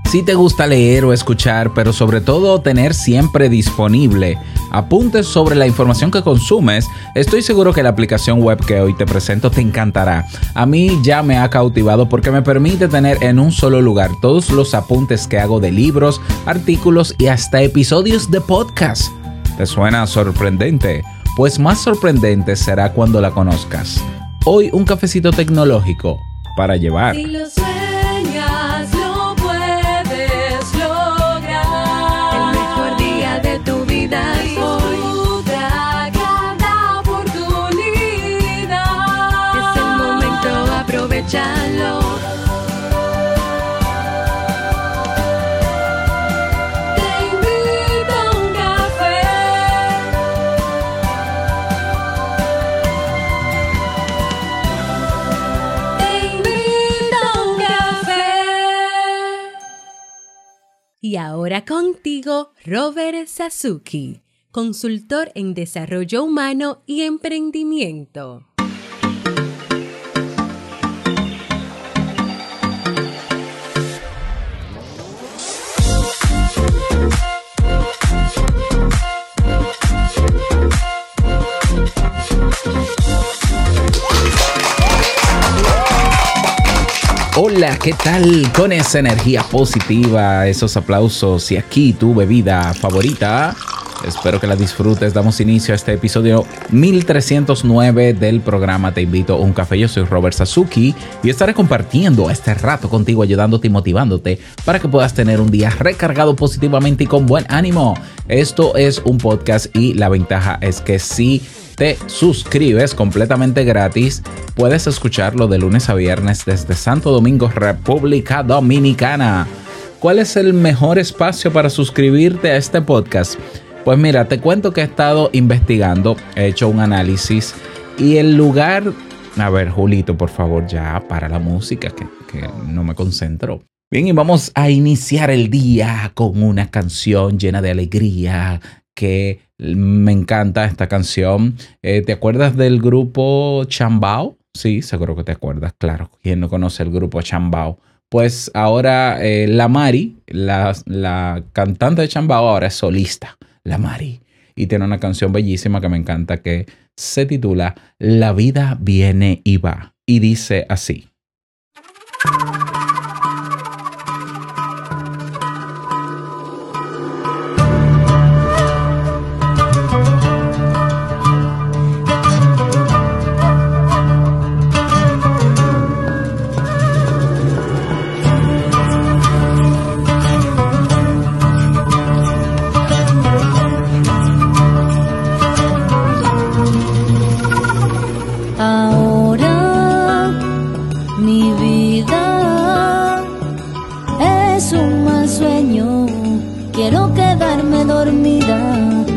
Si te gusta leer o escuchar, pero sobre todo tener siempre disponible apuntes sobre la información que consumes, estoy seguro que la aplicación web que hoy te presento te encantará. A mí ya me ha cautivado porque me permite tener en un solo lugar todos los apuntes que hago de libros, artículos y hasta episodios de podcast. ¿Te suena sorprendente? Pues más sorprendente será cuando la conozcas. Hoy un cafecito tecnológico para llevar. Si lo sueñas, lo puedes lograr. El mejor día de tu vida es hoy. Disfruta cada oportunidad. Es el momento, aprovechalo. Te invito a un café. Y ahora contigo, Robert Sasuki, consultor en desarrollo humano y emprendimiento. Hola, ¿qué tal? Con esa energía positiva, esos aplausos y aquí tu bebida favorita. Espero que la disfrutes. Damos inicio a este episodio 1309 del programa Te Invito a un Café. Yo soy Robert Sasuki y estaré compartiendo este rato contigo, ayudándote y motivándote para que puedas tener un día recargado positivamente y con buen ánimo. Esto es un podcast y la ventaja es que si te suscribes completamente gratis, puedes escucharlo de lunes a viernes desde Santo Domingo, República Dominicana. ¿Cuál es el mejor espacio para suscribirte a este podcast? Pues mira, te cuento que he estado investigando, he hecho un análisis y el lugar... A ver, Julito, por favor, ya para la música que no me concentro. Bien, y vamos a iniciar el día con una canción llena de alegría que me encanta esta canción. ¿Te acuerdas del grupo Chambao? Sí, seguro que te acuerdas, claro. ¿Quién no conoce el grupo Chambao? Pues ahora la Mari, la cantante de Chambao, ahora es solista, la Mari. Y tiene una canción bellísima que me encanta que se titula La vida viene y va. Y dice así. Quiero quedarme dormida,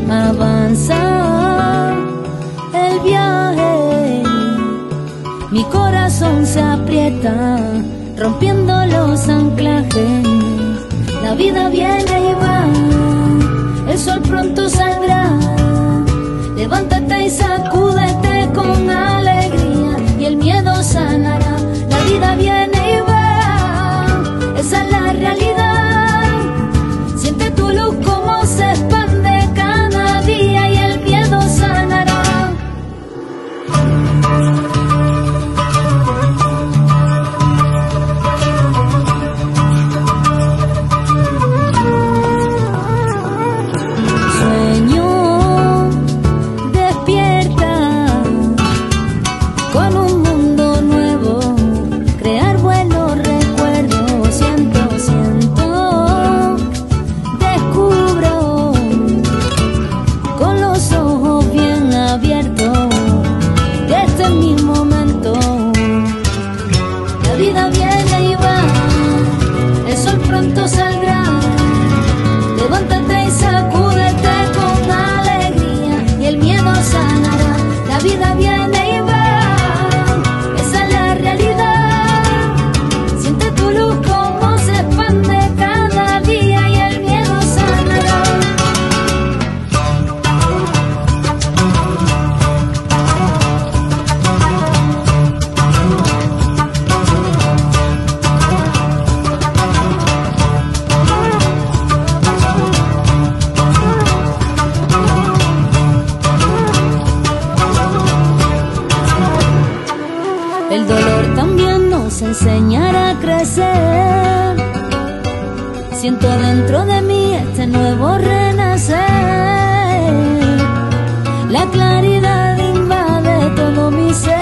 avanzar el viaje. Mi corazón se aprieta, rompiendo los anclajes. La vida viene y va, el sol pronto saldrá. Levántate y sacúdete con alegría y el miedo sanará. La vida viene y va, esa es la realidad. Siente tu luz como se expande cada día y el miedo sanará. Sueño, despierta con un mundo nuevo, crear buenos recuerdos. Siento, descubro con los ojos bien abiertos que este es mi momento. La vida viene y va, el sol pronto saldrá. Levántate y sacúdete con alegría y el miedo sanará. La vida viene y va, esa es la realidad. Siente tu luz como se expande cada día y el miedo sanará. enseñar a crecer. Siento dentro de mí este nuevo renacer. La claridad invade todo mi ser.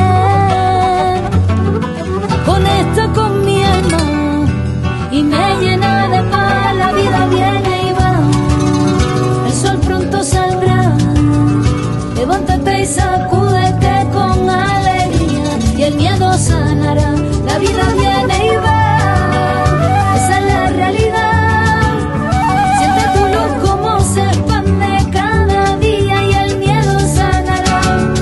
Conecta con mi alma y me llena de paz. La vida viene y va, el sol pronto saldrá. Levántate y sacúdete con alegría y el miedo sanará. La vida viene y va, esa es la realidad. Siente tu luz como se expande cada día y el miedo sanará.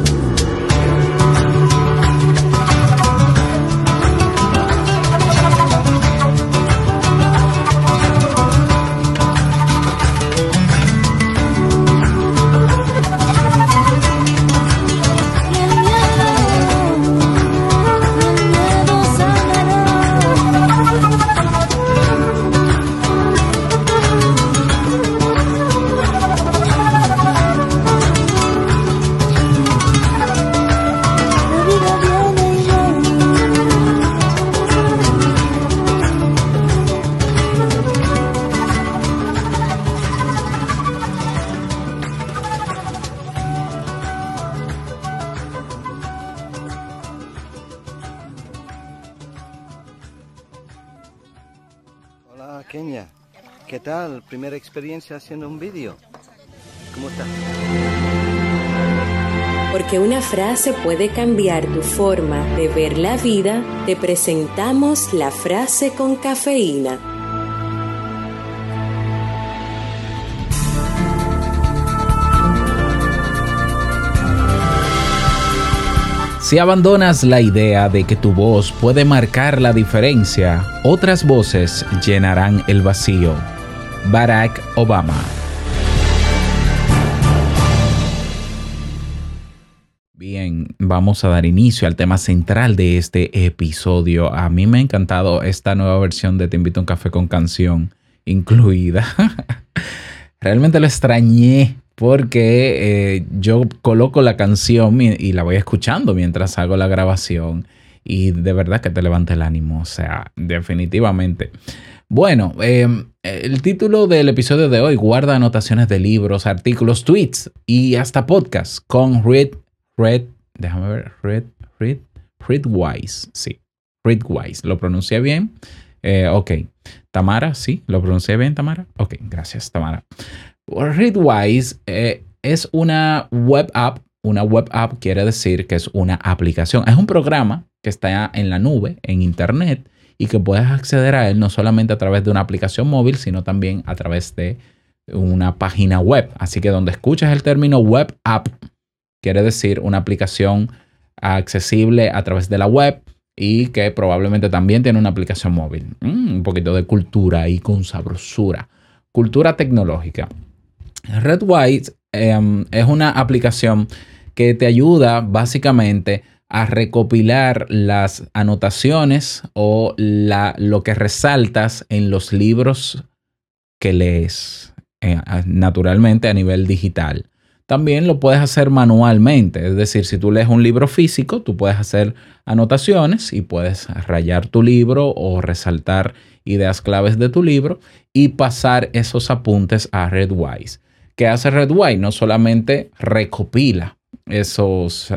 Hola Kenia, ¿qué tal? Primera experiencia haciendo un vídeo. ¿Cómo estás? Porque una frase puede cambiar tu forma de ver la vida, te presentamos la frase con cafeína. Si abandonas la idea de que tu voz puede marcar la diferencia, otras voces llenarán el vacío. Barack Obama. Bien, vamos a dar inicio al tema central de este episodio. A mí me ha encantado esta nueva versión de Te invito a un café con canción incluida. Realmente lo extrañé porque yo coloco la canción y la voy escuchando mientras hago la grabación y de verdad que te levanta el ánimo, o sea, definitivamente. Bueno, el título del episodio de hoy guarda anotaciones de libros, artículos, tweets y hasta podcasts con Readwise. Sí, Readwise. ¿Lo pronuncié bien? Ok. Tamara, ¿sí? ¿Lo pronuncié bien, Tamara? Ok, gracias, Tamara. Readwise es una web app. Una web app quiere decir que es una aplicación. Es un programa que está en la nube, en internet, y que puedes acceder a él no solamente a través de una aplicación móvil, sino también a través de una página web. Así que donde escuchas el término web app, quiere decir una aplicación accesible a través de la web y que probablemente también tiene una aplicación móvil. Un poquito de cultura y con sabrosura. Cultura tecnológica. Readwise es una aplicación que te ayuda básicamente a recopilar las anotaciones o lo que resaltas en los libros que lees, naturalmente a nivel digital. También lo puedes hacer manualmente, es decir, si tú lees un libro físico, tú puedes hacer anotaciones y puedes rayar tu libro o resaltar ideas claves de tu libro y pasar esos apuntes a Readwise. ¿Qué hace Readwise? No solamente recopila esos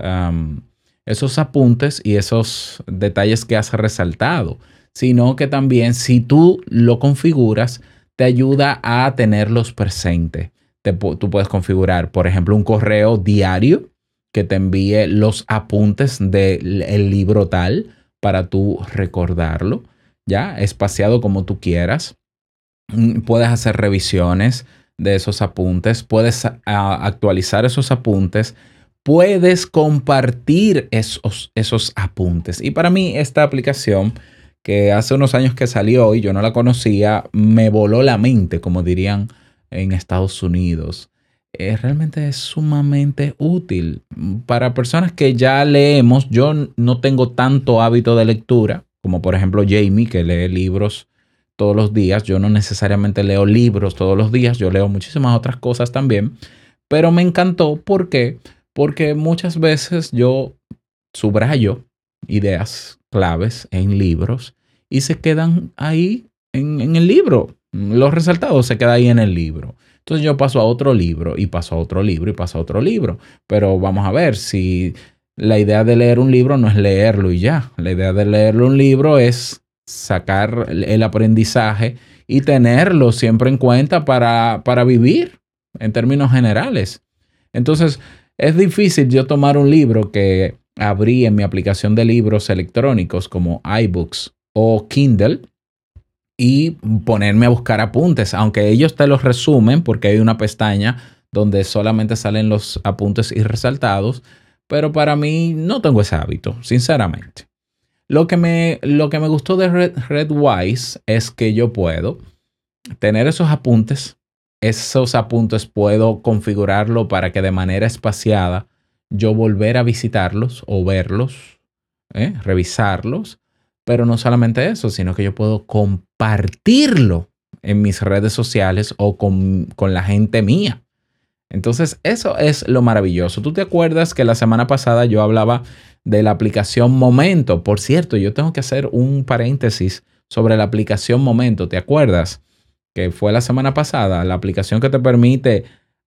apuntes y esos detalles que has resaltado, sino que también si tú lo configuras, te ayuda a tenerlos presentes. Tú puedes configurar, por ejemplo, un correo diario que te envíe los apuntes del libro tal para tú recordarlo, ya espaciado como tú quieras. Puedes hacer revisiones de esos apuntes, puedes actualizar esos apuntes, puedes compartir esos apuntes. Y para mí esta aplicación, que hace unos años que salió y yo no la conocía, me voló la mente, como dirían en Estados Unidos. Realmente es sumamente útil para personas que ya leemos. Yo no tengo tanto hábito de lectura como por ejemplo Jamie, que lee libros todos los días. Yo no necesariamente leo libros todos los días, yo leo muchísimas otras cosas también, pero me encantó. ¿Por qué? Porque muchas veces yo subrayo ideas claves en libros y se quedan ahí en el libro. Los resaltados se quedan ahí en el libro. Entonces yo paso a otro libro y paso a otro libro y paso a otro libro. Pero vamos a ver, si la idea de leer un libro no es leerlo y ya. La idea de leerlo un libro es sacar el aprendizaje y tenerlo siempre en cuenta para vivir en términos generales. Entonces es difícil yo tomar un libro que abrí en mi aplicación de libros electrónicos como iBooks o Kindle y ponerme a buscar apuntes, aunque ellos te los resumen porque hay una pestaña donde solamente salen los apuntes y resaltados, pero para mí no tengo ese hábito, sinceramente. Lo que me gustó de Readwise es que yo puedo tener esos apuntes puedo configurarlo para que de manera espaciada yo volver a visitarlos o verlos, revisarlos. Pero no solamente eso, sino que yo puedo compartirlo en mis redes sociales o con la gente mía. Entonces, eso es lo maravilloso. ¿Tú te acuerdas que la semana pasada yo hablaba de la aplicación Momento? Por cierto, yo tengo que hacer un paréntesis sobre la aplicación Momento. ¿Te acuerdas? Que fue la semana pasada, la aplicación que te permite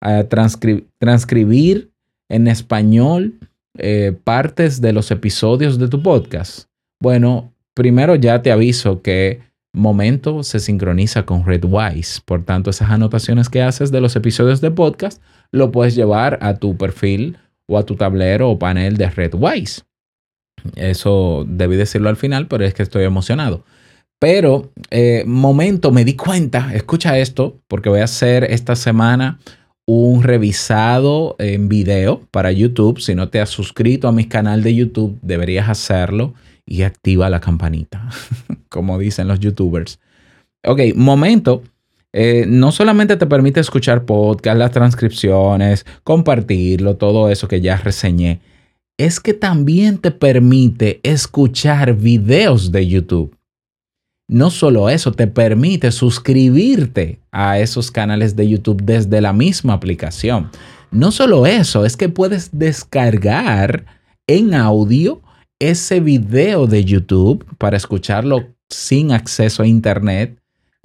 transcribir en español partes de los episodios de tu podcast. Bueno, primero ya te aviso que Momento se sincroniza con Readwise. Por tanto, esas anotaciones que haces de los episodios de podcast lo puedes llevar a tu perfil o a tu tablero o panel de Readwise. Eso debí decirlo al final, pero es que estoy emocionado. Pero Momento, me di cuenta, escucha esto, porque voy a hacer esta semana un revisado en video para YouTube. Si no te has suscrito a mi canal de YouTube, deberías hacerlo y activa la campanita, como dicen los YouTubers. Ok, Momento no solamente te permite escuchar podcast, las transcripciones, compartirlo, todo eso que ya reseñé, es que también te permite escuchar videos de YouTube. No solo eso, te permite suscribirte a esos canales de YouTube desde la misma aplicación. No solo eso, es que puedes descargar en audio ese video de YouTube para escucharlo sin acceso a internet.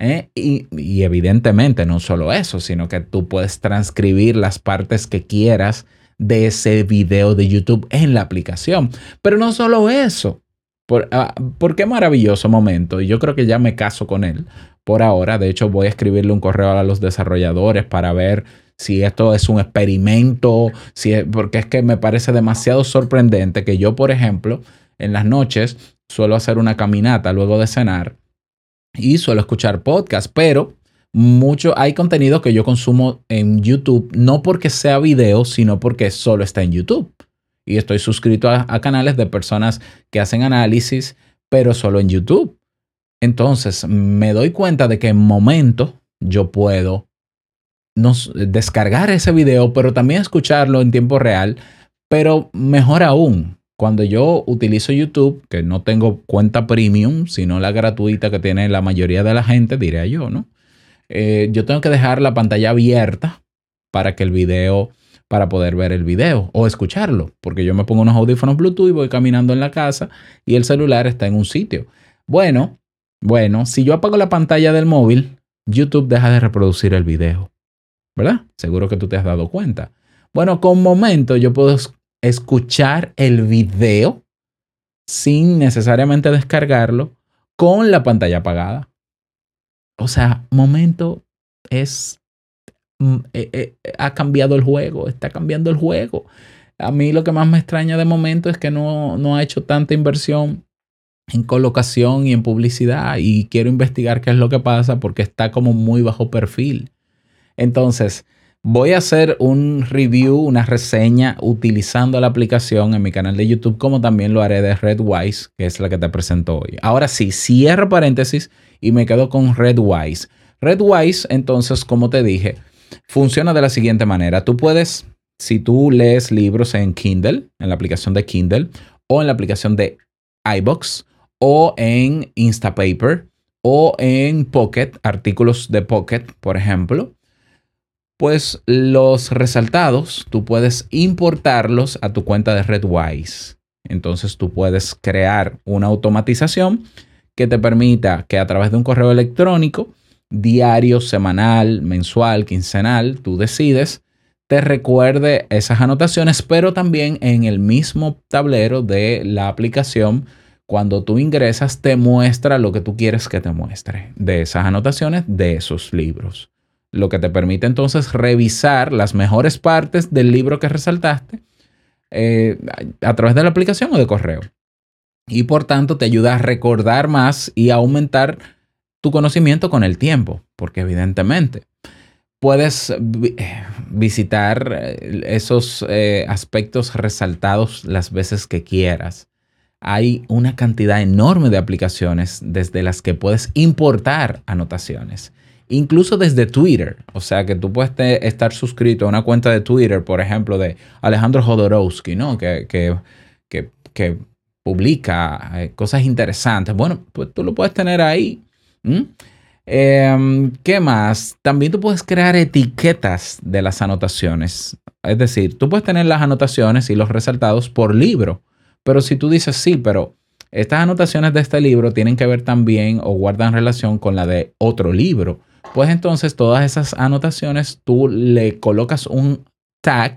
Y evidentemente no solo eso, sino que tú puedes transcribir las partes que quieras de ese video de YouTube en la aplicación. Pero no solo eso. ¿Por qué maravilloso Momento? Y yo creo que ya me caso con él por ahora. De hecho, voy a escribirle un correo a los desarrolladores para ver si esto es un experimento, porque es que me parece demasiado sorprendente que yo, por ejemplo, en las noches suelo hacer una caminata luego de cenar y suelo escuchar podcast, pero hay contenido que yo consumo en YouTube, no porque sea video, sino porque solo está en YouTube. Y estoy suscrito a canales de personas que hacen análisis, pero solo en YouTube. Entonces me doy cuenta de que en Momento yo puedo descargar ese video, pero también escucharlo en tiempo real. Pero mejor aún, cuando yo utilizo YouTube, que no tengo cuenta premium, sino la gratuita que tiene la mayoría de la gente, diría yo, ¿no? Yo tengo que dejar la pantalla abierta para poder ver el video o escucharlo, porque yo me pongo unos audífonos Bluetooth y voy caminando en la casa y el celular está en un sitio. Bueno, si yo apago la pantalla del móvil, YouTube deja de reproducir el video, ¿verdad? Seguro que tú te has dado cuenta. Bueno, con Momento yo puedo escuchar el video sin necesariamente descargarlo con la pantalla apagada. O sea, Momento ha cambiado el juego, está cambiando el juego. A mí lo que más me extraña de Momento es que no ha hecho tanta inversión en colocación y en publicidad, y quiero investigar qué es lo que pasa porque está como muy bajo perfil. Entonces, voy a hacer un review, una reseña utilizando la aplicación en mi canal de YouTube, como también lo haré de Readwise, que es la que te presento hoy. Ahora sí, cierro paréntesis y me quedo con Readwise. Readwise, entonces, como te dije, funciona de la siguiente manera. Tú puedes, si tú lees libros en Kindle, en la aplicación de Kindle, o en la aplicación de iBooks, o en Instapaper, o en Pocket, artículos de Pocket, por ejemplo, pues los resaltados tú puedes importarlos a tu cuenta de Readwise. Entonces tú puedes crear una automatización que te permita que a través de un correo electrónico, diario, semanal, mensual, quincenal, tú decides, te recuerde esas anotaciones, pero también en el mismo tablero de la aplicación, cuando tú ingresas, te muestra lo que tú quieres que te muestre de esas anotaciones, de esos libros. Lo que te permite entonces revisar las mejores partes del libro que resaltaste a través de la aplicación o de correo. Y por tanto te ayuda a recordar más y a aumentar tu conocimiento con el tiempo, porque evidentemente puedes visitar esos aspectos resaltados las veces que quieras. Hay una cantidad enorme de aplicaciones desde las que puedes importar anotaciones. Incluso desde Twitter. O sea que tú puedes estar suscrito a una cuenta de Twitter, por ejemplo, de Alejandro Jodorowsky, ¿no? Que publica cosas interesantes. Bueno, pues tú lo puedes tener ahí. ¿Qué más? También tú puedes crear etiquetas de las anotaciones. Es decir, tú puedes tener las anotaciones y los resaltados por libro. Pero si tú dices, sí, pero estas anotaciones de este libro tienen que ver también o guardan relación con la de otro libro, pues entonces todas esas anotaciones tú le colocas un tag,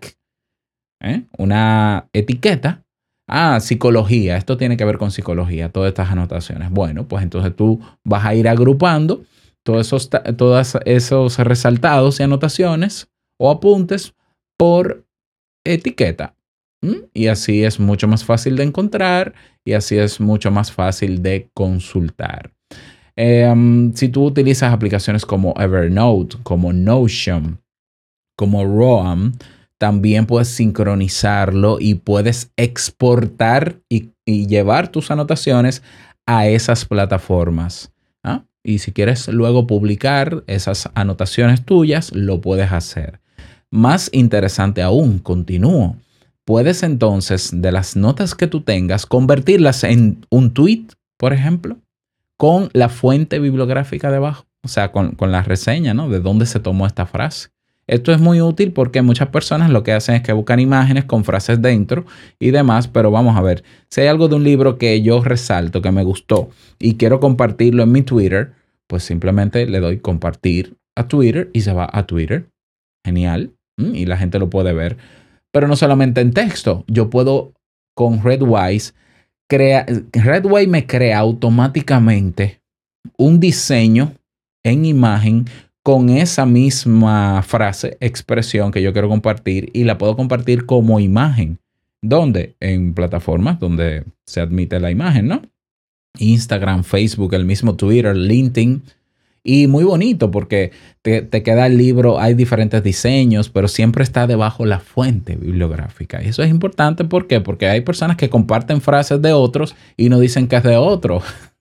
una etiqueta. Psicología, esto tiene que ver con psicología, todas estas anotaciones. Bueno, pues entonces tú vas a ir agrupando todos esos resaltados y anotaciones o apuntes por etiqueta. Y así es mucho más fácil de encontrar y así es mucho más fácil de consultar. Si tú utilizas aplicaciones como Evernote, como Notion, como Roam, también puedes sincronizarlo y puedes exportar y llevar tus anotaciones a esas plataformas. Y si quieres luego publicar esas anotaciones tuyas, lo puedes hacer. Más interesante aún, continúo. Puedes entonces, de las notas que tú tengas, convertirlas en un tweet, por ejemplo, con la fuente bibliográfica debajo. O sea, con la reseña, ¿no? De dónde se tomó esta frase. Esto es muy útil porque muchas personas lo que hacen es que buscan imágenes con frases dentro y demás, pero vamos a ver, si hay algo de un libro que yo resalto, que me gustó y quiero compartirlo en mi Twitter, pues simplemente le doy compartir a Twitter y se va a Twitter. Genial. Y la gente lo puede ver. Pero no solamente en texto, yo puedo con Redwise, Redwise me crea automáticamente un diseño en imagen con esa misma frase, expresión que yo quiero compartir y la puedo compartir como imagen. ¿Dónde? En plataformas donde se admite la imagen, ¿no? Instagram, Facebook, el mismo Twitter, LinkedIn. Y muy bonito porque te queda el libro, hay diferentes diseños, pero siempre está debajo la fuente bibliográfica. Y eso es importante, ¿por qué? Porque hay personas que comparten frases de otros y no dicen que es de otro.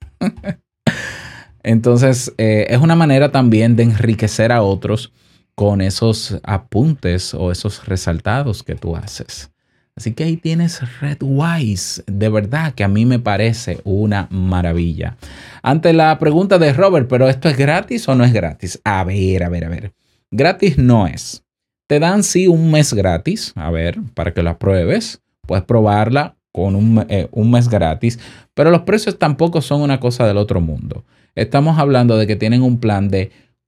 Entonces, es una manera también de enriquecer a otros con esos apuntes o esos resaltados que tú haces. Así que ahí tienes Redwise. De verdad que a mí me parece una maravilla. Ante la pregunta de Robert, ¿pero esto es gratis o no es gratis? A ver. Gratis no es. Te dan sí un mes gratis. A ver, para que la pruebes. Puedes probarla con un mes gratis. Pero los precios tampoco son una cosa del otro mundo. Estamos hablando de que tienen un plan de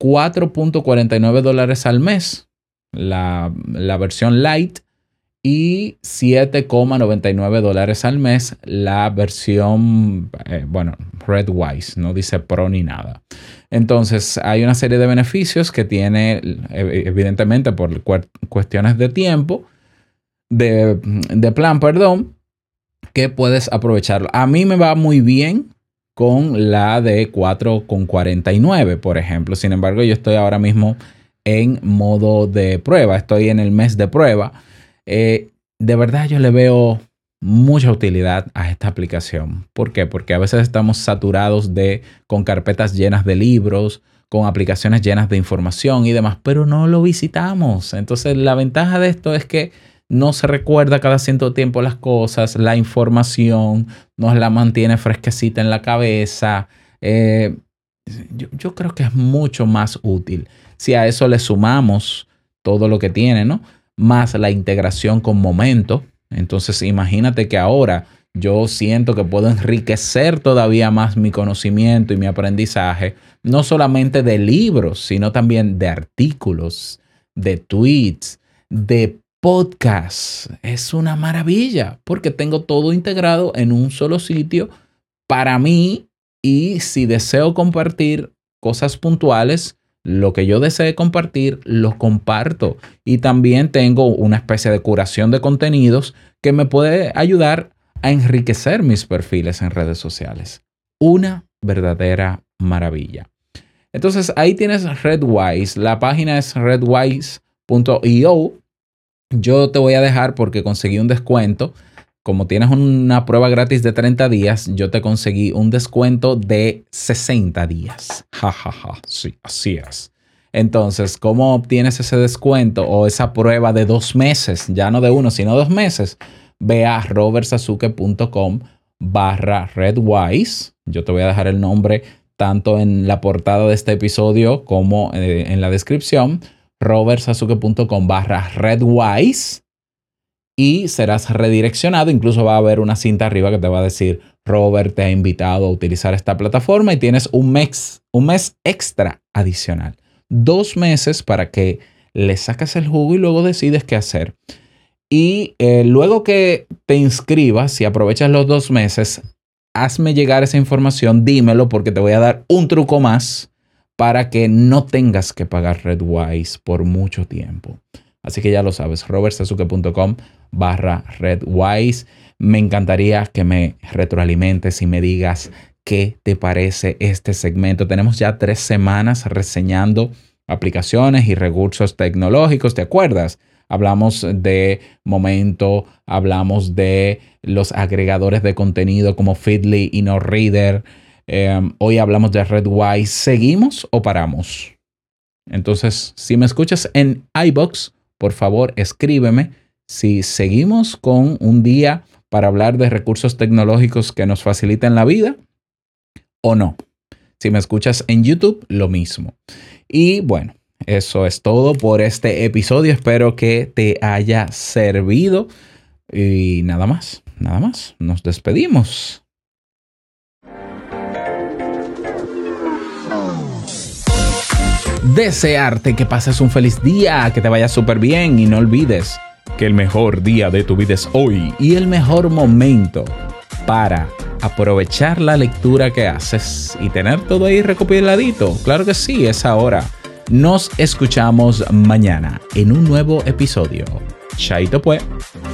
$4.49 al mes. La versión Lite. Y $7.99 al mes la versión, Redwise, no dice Pro ni nada. Entonces hay una serie de beneficios que tiene, evidentemente por cuestiones de tiempo, de plan, que puedes aprovecharlo. A mí me va muy bien con la de $4.49, por ejemplo. Sin embargo, yo estoy ahora mismo en modo de prueba, estoy en el mes de prueba. De verdad yo le veo mucha utilidad a esta aplicación. ¿Por qué? Porque a veces estamos saturados con carpetas llenas de libros, con aplicaciones llenas de información y demás, pero no lo visitamos. Entonces la ventaja de esto es que no se recuerda cada cierto tiempo las cosas, la información nos la mantiene fresquecita en la cabeza. Yo creo que es mucho más útil. Si a eso le sumamos todo lo que tiene, ¿no? Más la integración con Momento. Entonces imagínate que ahora yo siento que puedo enriquecer todavía más mi conocimiento y mi aprendizaje, no solamente de libros, sino también de artículos, de tweets, de podcasts. Es una maravilla porque tengo todo integrado en un solo sitio para mí, y si deseo compartir cosas puntuales, lo que yo desee compartir, lo comparto. Y también tengo una especie de curación de contenidos que me puede ayudar a enriquecer mis perfiles en redes sociales. Una verdadera maravilla. Entonces ahí tienes Redwise. La página es redwise.io. Yo te voy a dejar, porque conseguí un descuento. Como tienes una prueba gratis de 30 días, yo te conseguí un descuento de 60 días. Sí, así es. Entonces, ¿cómo obtienes ese descuento o esa prueba de 2 meses? Ya no de 1, sino 2 meses. Ve a robertsazuke.com/redwise. Yo te voy a dejar el nombre tanto en la portada de este episodio como en la descripción. robertsazuke.com/redwise. Y serás redireccionado. Incluso va a haber una cinta arriba que te va a decir: Robert te ha invitado a utilizar esta plataforma y tienes un mes extra adicional. 2 meses para que le saques el jugo y luego decides qué hacer. Y luego que te inscribas, si aprovechas los 2 meses, hazme llegar esa información, dímelo, porque te voy a dar un truco más para que no tengas que pagar Redwise por mucho tiempo. Así que ya lo sabes, robertsazuke.com/redwise. Me encantaría que me retroalimentes y me digas qué te parece este segmento. Tenemos ya 3 semanas reseñando aplicaciones y recursos tecnológicos, ¿te acuerdas? Hablamos de Momento, hablamos de los agregadores de contenido como Feedly y NoReader. Hoy hablamos de Redwise. ¿Seguimos o paramos? Entonces, si me escuchas en iVoox, por favor, escríbeme si seguimos con un día para hablar de recursos tecnológicos que nos faciliten la vida o no. Si me escuchas en YouTube, lo mismo. Y bueno, eso es todo por este episodio. Espero que te haya servido. Y nada más. Nos despedimos. Desearte que pases un feliz día, que te vaya súper bien, y no olvides que el mejor día de tu vida es hoy, y el mejor momento para aprovechar la lectura que haces y tener todo ahí recopiladito. Claro que sí, es ahora. Nos escuchamos mañana en un nuevo episodio. Chaito pues.